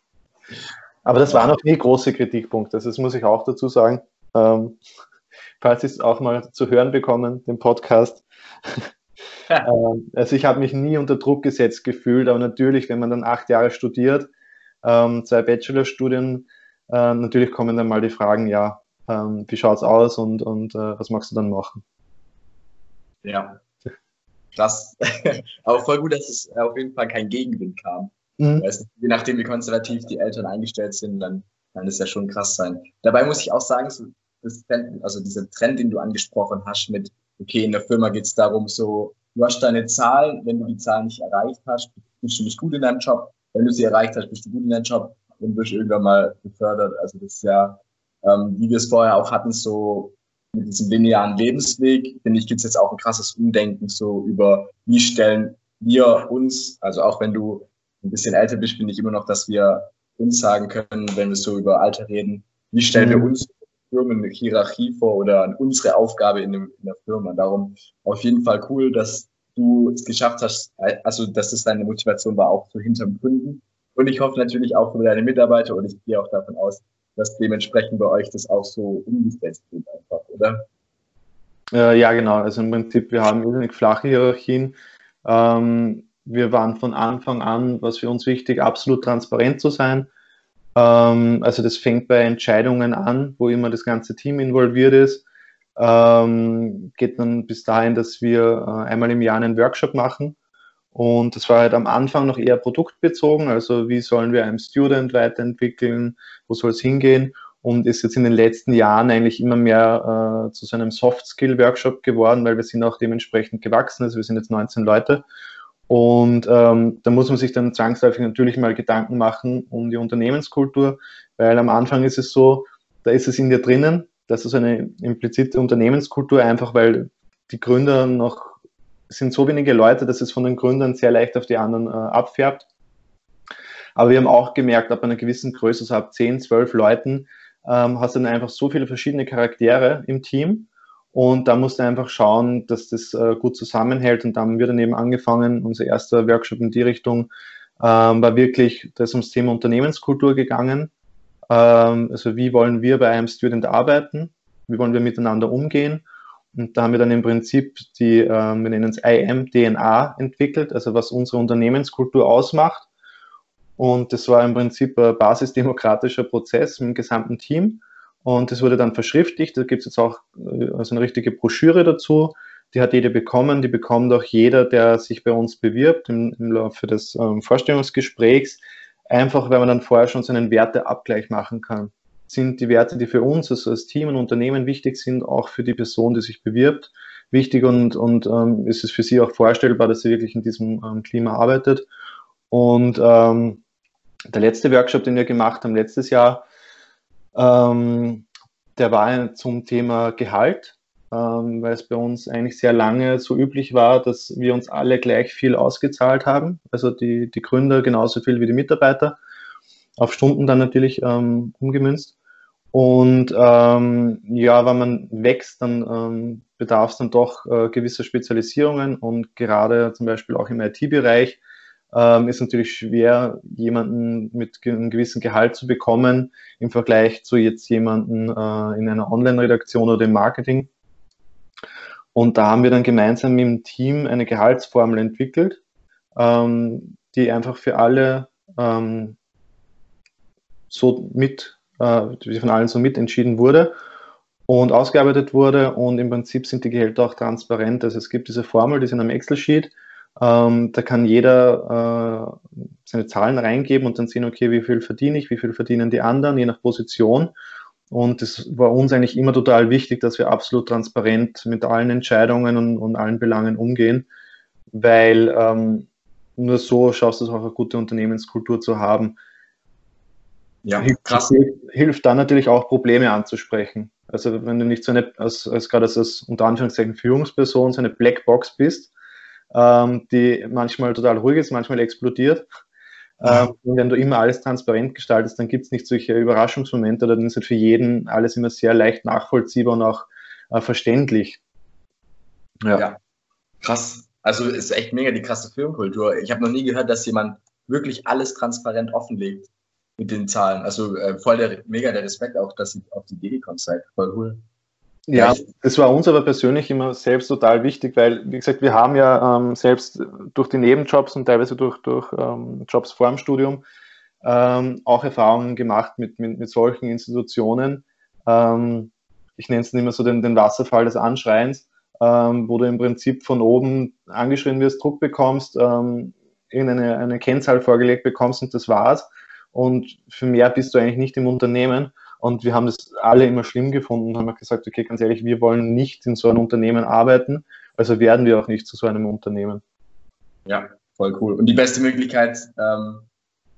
Aber das waren auch nie große Kritikpunkte, das muss ich auch dazu sagen. Falls Sie es auch mal zu hören bekommen, den Podcast. Also ich habe mich nie unter Druck gesetzt gefühlt, aber natürlich, wenn man dann 8 Jahre studiert, 2 Bachelorstudien, natürlich kommen dann mal die Fragen, ja, wie schaut es aus und was magst du dann machen? Ja, krass. Aber voll gut, dass es auf jeden Fall kein Gegenwind kam. Weißt du, je nachdem, wie konservativ die Eltern eingestellt sind, dann kann das ja schon krass sein. Dabei muss ich auch sagen, so also dieser Trend, den du angesprochen hast mit, okay, in der Firma geht es darum, so, du hast deine Zahlen, wenn du die Zahlen nicht erreicht hast, bist du nicht gut in deinem Job, wenn du sie erreicht hast, bist du gut in deinem Job. und wirst irgendwann mal befördert. Also das ist ja, wie wir es vorher auch hatten, so mit diesem linearen Lebensweg, finde ich, gibt es jetzt auch ein krasses Umdenken so über, wie stellen wir uns, also auch wenn du ein bisschen älter bist, finde ich immer noch, dass wir uns sagen können, wenn wir so über Alter reden, wie stellen wir uns Firmen eine Hierarchie vor oder unsere Aufgabe in der Firma. Darum auf jeden Fall cool, dass du es geschafft hast, also dass das deine Motivation war, auch so hinterm Kunden. Und ich hoffe natürlich auch für deine Mitarbeiter und ich gehe auch davon aus, dass dementsprechend bei euch das auch so umgesetzt wird einfach, oder? Ja, genau. Also im Prinzip, wir haben irrsinnig flache Hierarchien. Wir waren von Anfang an, was für uns wichtig, absolut transparent zu sein. Also das fängt bei Entscheidungen an, wo immer das ganze Team involviert ist. Geht dann bis dahin, dass wir einmal im Jahr einen Workshop machen. Und das war halt am Anfang noch eher produktbezogen, also wie sollen wir einen Student weiterentwickeln, wo soll es hingehen, und ist jetzt in den letzten Jahren eigentlich immer mehr zu so einem Soft-Skill-Workshop geworden, weil wir sind auch dementsprechend gewachsen, also wir sind jetzt 19 Leute. Und da muss man sich dann zwangsläufig natürlich mal Gedanken machen um die Unternehmenskultur, weil am Anfang ist es so, da ist es in dir drinnen, das ist eine implizite Unternehmenskultur, einfach weil die Gründer noch sind so wenige Leute, dass es von den Gründern sehr leicht auf die anderen abfärbt. Aber wir haben auch gemerkt, ab einer gewissen Größe, so ab 10, 12 Leuten, hast du dann einfach so viele verschiedene Charaktere im Team. Und da musst du einfach schauen, dass das gut zusammenhält. Und da haben wir dann eben angefangen, unser erster Workshop in die Richtung war wirklich, da ist ums Thema Unternehmenskultur gegangen. Also wie wollen wir bei einem Student arbeiten? Wie wollen wir miteinander umgehen? Und da haben wir dann im Prinzip wir nennen es IM-DNA entwickelt, also was unsere Unternehmenskultur ausmacht. Und das war im Prinzip ein basisdemokratischer Prozess mit dem gesamten Team. Und das wurde dann verschriftlicht. Da gibt es jetzt auch also eine richtige Broschüre dazu. Die hat jeder bekommen. Die bekommt auch jeder, der sich bei uns bewirbt im Laufe des Vorstellungsgesprächs. Einfach, weil man dann vorher schon so einen Werteabgleich machen kann. Sind die Werte, die für uns also als Team und Unternehmen wichtig sind, auch für die Person, die sich bewirbt, wichtig, und ist es für sie auch vorstellbar, dass sie wirklich in diesem Klima arbeitet. Und der letzte Workshop, den wir gemacht haben letztes Jahr, der war zum Thema Gehalt, weil es bei uns eigentlich sehr lange so üblich war, dass wir uns alle gleich viel ausgezahlt haben, also die Gründer genauso viel wie die Mitarbeiter, auf Stunden dann natürlich umgemünzt. Und ja, wenn man wächst, dann bedarf es dann doch gewisser Spezialisierungen, und gerade zum Beispiel auch im IT-Bereich ist natürlich schwer, jemanden mit einem gewissen Gehalt zu bekommen im Vergleich zu jetzt jemanden in einer Online-Redaktion oder im Marketing. Und da haben wir dann gemeinsam mit dem Team eine Gehaltsformel entwickelt, die einfach für alle die von allen so mitentschieden wurde und ausgearbeitet wurde, und im Prinzip sind die Gehälter auch transparent. Also es gibt diese Formel, die ist in einem Excel-Sheet, da kann jeder seine Zahlen reingeben und dann sehen, okay, wie viel verdiene ich, wie viel verdienen die anderen, je nach Position. Und das war uns eigentlich immer total wichtig, dass wir absolut transparent mit allen Entscheidungen und allen Belangen umgehen, weil nur so schaffst du es auch, eine gute Unternehmenskultur zu haben. Ja, krass. Hilft dann natürlich auch, Probleme anzusprechen. Also wenn du nicht so eine, gerade als unter Anführungszeichen Führungsperson, so eine Blackbox bist, die manchmal total ruhig ist, manchmal explodiert. Und wenn du immer alles transparent gestaltest, dann gibt es nicht solche Überraschungsmomente, oder dann ist halt für jeden alles immer sehr leicht nachvollziehbar und auch verständlich. Ja, krass. Also ist echt mega die krasse Firmenkultur. Ich habe noch nie gehört, dass jemand wirklich alles transparent offenlegt mit den Zahlen. Also voll mega der Respekt auch, dass ihr auf die Idee gekommen seid. Voll cool. Ja, das war uns aber persönlich immer selbst total wichtig, weil, wie gesagt, wir haben ja selbst durch die Nebenjobs und teilweise durch Jobs vor dem Studium auch Erfahrungen gemacht mit solchen Institutionen. Ich nenne es immer so den Wasserfall des Anschreiens, wo du im Prinzip von oben angeschrien wirst, Druck bekommst, irgendeine Kennzahl vorgelegt bekommst, und das war's. Und für mehr bist du eigentlich nicht im Unternehmen. Und wir haben das alle immer schlimm gefunden und haben gesagt, okay, ganz ehrlich, wir wollen nicht in so einem Unternehmen arbeiten, also werden wir auch nicht zu so einem Unternehmen. Ja, voll cool. Und die beste Möglichkeit,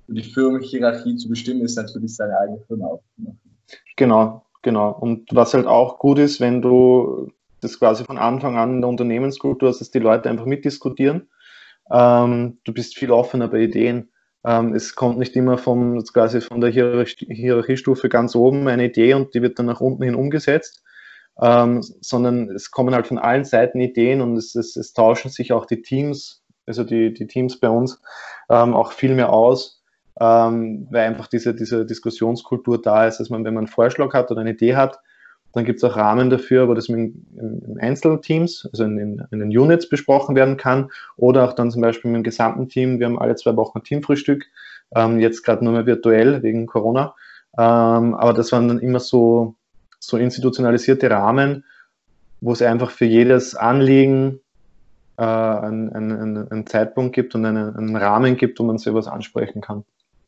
die Firmenhierarchie zu bestimmen, ist natürlich seine eigene Firma aufzumachen. Genau, genau. Und was halt auch gut ist, wenn du das quasi von Anfang an in der Unternehmenskultur hast, dass die Leute einfach mitdiskutieren. Du bist viel offener bei Ideen. Es kommt nicht immer quasi von der Hierarchiestufe ganz oben eine Idee und die wird dann nach unten hin umgesetzt, sondern es kommen halt von allen Seiten Ideen und es tauschen sich auch die Teams, also die Teams bei uns, auch viel mehr aus, weil einfach diese Diskussionskultur da ist, dass man, wenn man einen Vorschlag hat oder eine Idee hat, dann gibt es auch Rahmen dafür, wo das in Einzelteams, also in den Units besprochen werden kann oder auch dann zum Beispiel mit dem gesamten Team. Wir haben alle 2 Wochen ein Teamfrühstück, jetzt gerade nur mehr virtuell wegen Corona. Aber das waren dann immer so institutionalisierte Rahmen, wo es einfach für jedes Anliegen einen Zeitpunkt gibt und einen Rahmen gibt, wo man sowas ansprechen kann.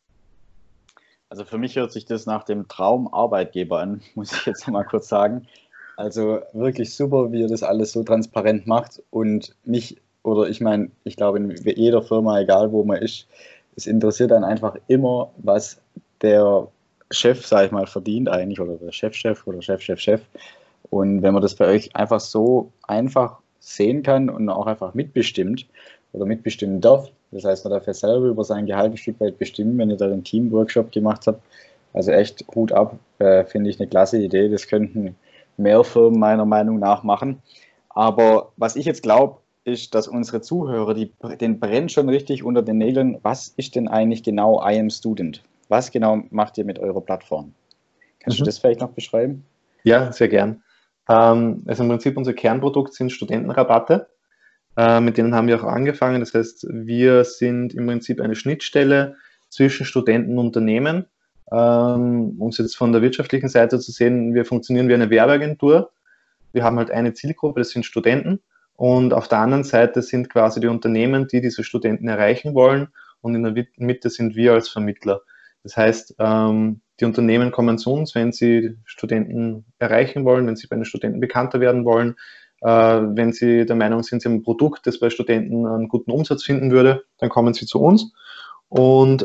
Also für mich hört sich das nach dem Traumarbeitgeber an, muss ich jetzt mal kurz sagen. Also wirklich super, wie ihr das alles so transparent macht und ich glaube in jeder Firma, egal wo man ist, es interessiert dann einfach immer, was der Chef, sag ich mal, verdient eigentlich oder der Chefchef oder Chef. Und wenn man das bei euch einfach so einfach sehen kann und auch einfach mitbestimmt oder mitbestimmen darf, das heißt, man darf ja selber über sein Gehalt ein Stück weit bestimmen, wenn ihr da einen Teamworkshop gemacht habt. Also echt Hut ab, finde ich eine klasse Idee. Das könnten mehr Firmen meiner Meinung nach machen. Aber was ich jetzt glaube, ist, dass unsere Zuhörer, den brennt schon richtig unter den Nägeln. Was ist denn eigentlich genau I Am Student? Was genau macht ihr mit eurer Plattform? Kannst du das vielleicht noch beschreiben? Ja, sehr gern. Also im Prinzip unser Kernprodukt sind Studentenrabatte. Mit denen haben wir auch angefangen. Das heißt, wir sind im Prinzip eine Schnittstelle zwischen Studenten und Unternehmen. Um es jetzt von der wirtschaftlichen Seite zu sehen, wir funktionieren wie eine Werbeagentur. Wir haben halt eine Zielgruppe, das sind Studenten. Und auf der anderen Seite sind quasi die Unternehmen, die diese Studenten erreichen wollen. Und in der Mitte sind wir als Vermittler. Das heißt, die Unternehmen kommen zu uns, wenn sie Studenten erreichen wollen, wenn sie bei den Studenten bekannter werden wollen, wenn sie der Meinung sind, sie haben ein Produkt, das bei Studenten einen guten Umsatz finden würde, dann kommen sie zu uns. Und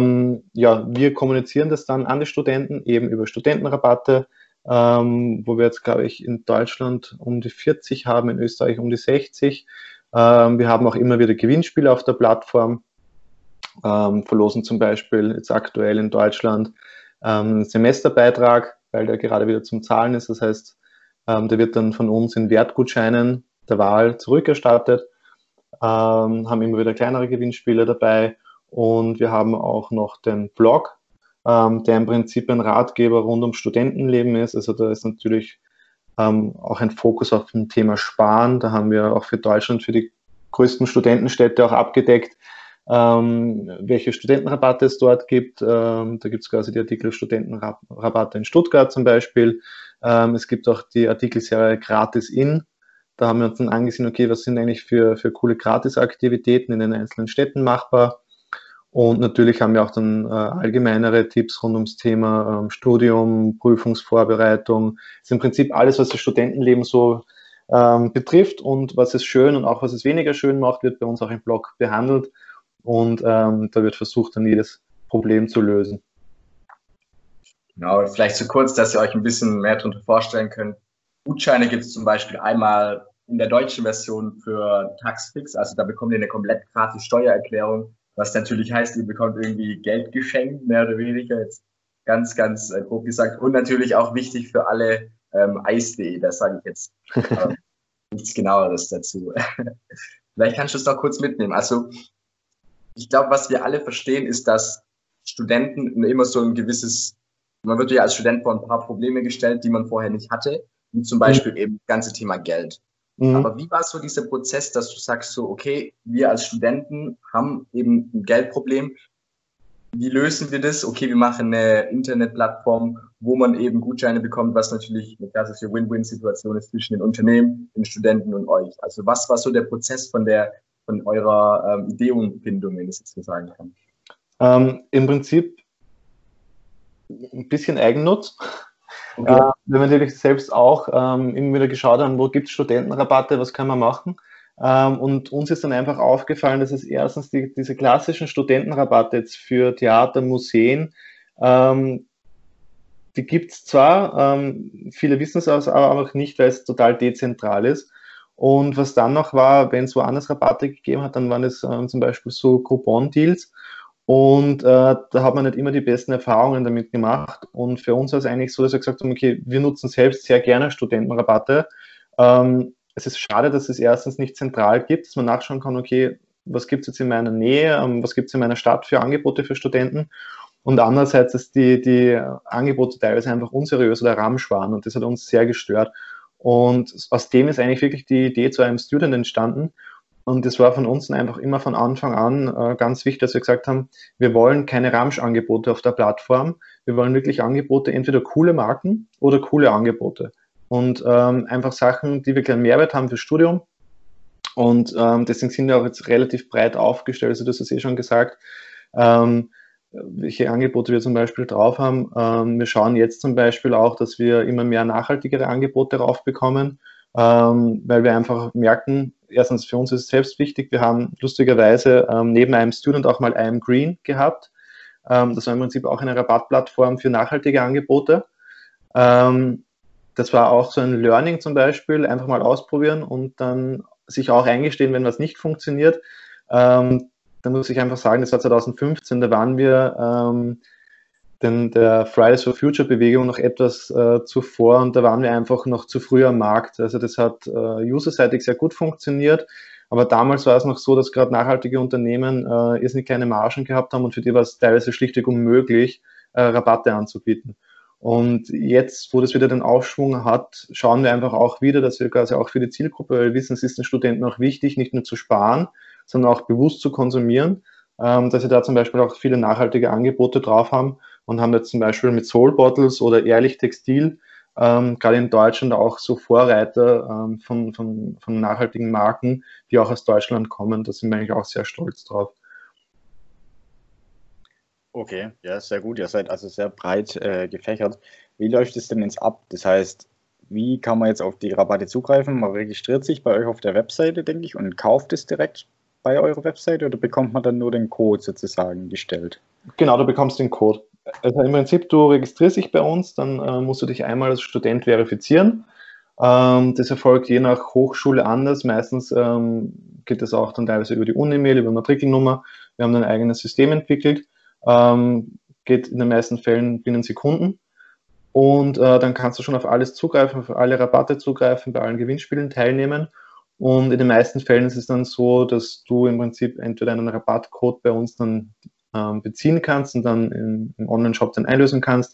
wir kommunizieren das dann an die Studenten eben über Studentenrabatte, wo wir jetzt, glaube ich, in Deutschland um die 40 haben, in Österreich um die 60. Wir haben auch immer wieder Gewinnspiele auf der Plattform, verlosen zum Beispiel jetzt aktuell in Deutschland einen Semesterbeitrag, weil der gerade wieder zum Zahlen ist. Das heißt, der wird dann von uns in Wertgutscheinen der Wahl zurückerstattet, haben immer wieder kleinere Gewinnspiele dabei und wir haben auch noch den Blog, der im Prinzip ein Ratgeber rund ums Studentenleben ist. Also da ist natürlich auch ein Fokus auf dem Thema Sparen. Da haben wir auch für Deutschland, für die größten Studentenstädte auch abgedeckt, welche Studentenrabatte es dort gibt. Da gibt es quasi die Artikel Studentenrabatte in Stuttgart zum Beispiel. Es gibt auch die Artikelserie Gratis in. Da haben wir uns dann angesehen, okay, was sind eigentlich für coole Gratisaktivitäten in den einzelnen Städten machbar. Und natürlich haben wir auch dann allgemeinere Tipps rund ums Thema Studium, Prüfungsvorbereitung. Das ist im Prinzip alles, was das Studentenleben so betrifft und was es schön und auch was es weniger schön macht, wird bei uns auch im Blog behandelt. Und da wird versucht, dann jedes Problem zu lösen. Genau, vielleicht zu kurz, dass ihr euch ein bisschen mehr darunter vorstellen könnt. Gutscheine gibt es zum Beispiel einmal in der deutschen Version für Taxfix, also da bekommt ihr eine komplett gratis Steuererklärung, was natürlich heißt, ihr bekommt irgendwie Geld geschenkt, mehr oder weniger, jetzt ganz grob gesagt. Und natürlich auch wichtig für alle Eis.de, das sage ich jetzt nichts Genaueres dazu. Vielleicht kannst du es noch kurz mitnehmen. Also ich glaube, was wir alle verstehen, ist, dass Studenten immer so ein gewisses, man wird ja als Student vor ein paar Probleme gestellt, die man vorher nicht hatte, wie zum Beispiel eben das ganze Thema Geld. Aber wie war so dieser Prozess, dass du sagst so, okay, wir als Studenten haben eben ein Geldproblem, wie lösen wir das? Okay, wir machen eine Internetplattform, wo man eben Gutscheine bekommt, was natürlich eine klassische Win-Win-Situation ist zwischen den Unternehmen, den Studenten und euch. Also was war so der Prozess von eurer Ideenfindung, wenn ich es jetzt so sagen kann? Im Prinzip ein bisschen Eigennutz. Okay. Wir natürlich selbst auch immer wieder geschaut haben, wo gibt es Studentenrabatte, was kann man machen. Und uns ist dann einfach aufgefallen, dass es erstens diese klassischen Studentenrabatte jetzt für Theater, Museen, die gibt es zwar, viele wissen es aber auch nicht, weil es total dezentral ist. Und was dann noch war, wenn es woanders Rabatte gegeben hat, dann waren es zum Beispiel so Coupon-Deals. Und da hat man nicht immer die besten Erfahrungen damit gemacht. Und für uns war es eigentlich so, dass wir gesagt haben, okay, wir nutzen selbst sehr gerne Studentenrabatte. Es ist schade, dass es erstens nicht zentral gibt, dass man nachschauen kann, okay, was gibt es jetzt in meiner Nähe, was gibt es in meiner Stadt für Angebote für Studenten. Und andererseits, dass die Angebote teilweise einfach unseriös oder Ramsch waren. Und das hat uns sehr gestört. Und aus dem ist eigentlich wirklich die Idee zu einem Student entstanden. Und das war von uns einfach immer von Anfang an ganz wichtig, dass wir gesagt haben, wir wollen keine Ramsch-Angebote auf der Plattform. Wir wollen wirklich Angebote, entweder coole Marken oder coole Angebote. Und einfach Sachen, die wirklich einen Mehrwert haben fürs Studium. Und deswegen sind wir auch jetzt relativ breit aufgestellt. Also das hast du eh schon gesagt, welche Angebote wir zum Beispiel drauf haben. Wir schauen jetzt zum Beispiel auch, dass wir immer mehr nachhaltigere Angebote drauf bekommen, weil wir einfach merken, erstens für uns ist es selbst wichtig, wir haben lustigerweise neben einem Student auch mal I Am Green gehabt. Das war im Prinzip auch eine Rabattplattform für nachhaltige Angebote. Das war auch so ein Learning zum Beispiel, einfach mal ausprobieren und dann sich auch eingestehen, wenn was nicht funktioniert. Da muss ich einfach sagen, das war 2015, da waren wir der Fridays for Future Bewegung noch etwas zuvor und da waren wir einfach noch zu früh am Markt. Also das hat userseitig sehr gut funktioniert, aber damals war es noch so, dass gerade nachhaltige Unternehmen irrsinnig kleine Margen gehabt haben und für die war es teilweise schlichtweg unmöglich, Rabatte anzubieten. Und jetzt, wo das wieder den Aufschwung hat, schauen wir einfach auch wieder, dass wir quasi auch für die Zielgruppe, weil wir wissen, es ist den Studenten auch wichtig, nicht nur zu sparen, sondern auch bewusst zu konsumieren, dass wir da zum Beispiel auch viele nachhaltige Angebote drauf haben und haben jetzt zum Beispiel mit Soul Bottles oder Ehrlich Textil gerade in Deutschland auch so Vorreiter von nachhaltigen Marken, die auch aus Deutschland kommen. Da sind wir eigentlich auch sehr stolz drauf. Okay, ja, sehr gut. Ihr seid also sehr breit gefächert. Wie läuft es denn jetzt ab? Das heißt, wie kann man jetzt auf die Rabatte zugreifen? Man registriert sich bei euch auf der Webseite, denke ich, und kauft es direkt bei eurer Webseite oder bekommt man dann nur den Code sozusagen gestellt? Genau, du bekommst den Code. Also im Prinzip, du registrierst dich bei uns, dann musst du dich einmal als Student verifizieren. Das erfolgt je nach Hochschule anders. Meistens geht das auch dann teilweise über die Uni-Mail, über Matrikelnummer. Wir haben ein eigenes System entwickelt. Geht in den meisten Fällen binnen Sekunden. Und dann kannst du schon auf alles zugreifen, auf alle Rabatte zugreifen, bei allen Gewinnspielen teilnehmen. Und in den meisten Fällen ist es dann so, dass du im Prinzip entweder einen Rabattcode bei uns dann beziehen kannst und dann im Online-Shop dann einlösen kannst.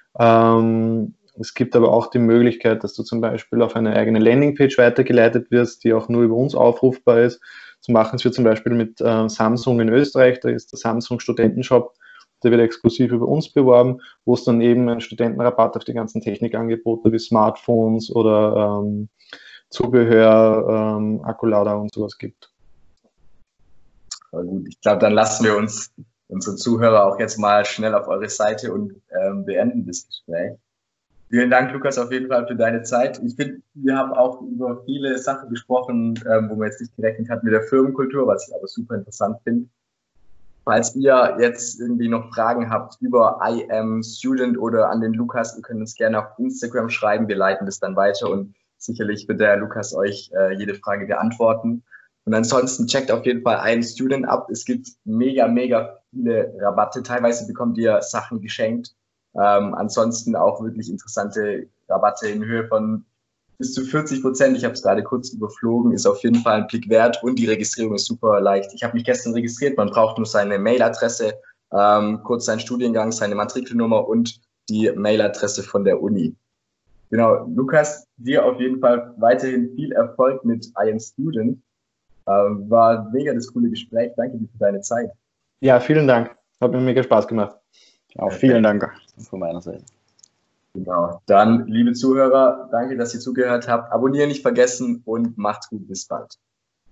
Es gibt aber auch die Möglichkeit, dass du zum Beispiel auf eine eigene Landingpage weitergeleitet wirst, die auch nur über uns aufrufbar ist. So machen wir zum Beispiel mit Samsung in Österreich, da ist der Samsung Studentenshop, der wird exklusiv über uns beworben, wo es dann eben einen Studentenrabatt auf die ganzen Technikangebote wie Smartphones oder Zubehör, Akkulader und sowas gibt. Aber gut, ich glaube, dann lassen wir uns unsere Zuhörer auch jetzt mal schnell auf eure Seite und beenden das Gespräch. Vielen Dank, Lukas, auf jeden Fall für deine Zeit. Ich finde, wir haben auch über viele Sachen gesprochen, wo wir jetzt nicht gerechnet hatten mit der Firmenkultur, was ich aber super interessant finde. Falls ihr jetzt irgendwie noch Fragen habt über I Am Student oder an den Lukas, ihr könnt uns gerne auf Instagram schreiben. Wir leiten das dann weiter und sicherlich wird der Lukas euch jede Frage beantworten. Und ansonsten checkt auf jeden Fall I Am Student ab. Es gibt mega, mega viele Rabatte. Teilweise bekommt ihr Sachen geschenkt. Ansonsten auch wirklich interessante Rabatte in Höhe von bis zu 40%. Ich habe es gerade kurz überflogen, ist auf jeden Fall ein Blick wert und die Registrierung ist super leicht. Ich habe mich gestern registriert, man braucht nur seine Mailadresse, kurz seinen Studiengang, seine Matrikelnummer und die Mailadresse von der Uni. Genau, Lukas, dir auf jeden Fall weiterhin viel Erfolg mit I Am Student. War mega das coole Gespräch. Danke dir für deine Zeit. Ja, vielen Dank. Hat mir mega Spaß gemacht. Auch vielen Dank von meiner Seite. Genau. Dann, liebe Zuhörer, danke, dass ihr zugehört habt. Abonnieren nicht vergessen und macht's gut. Bis bald.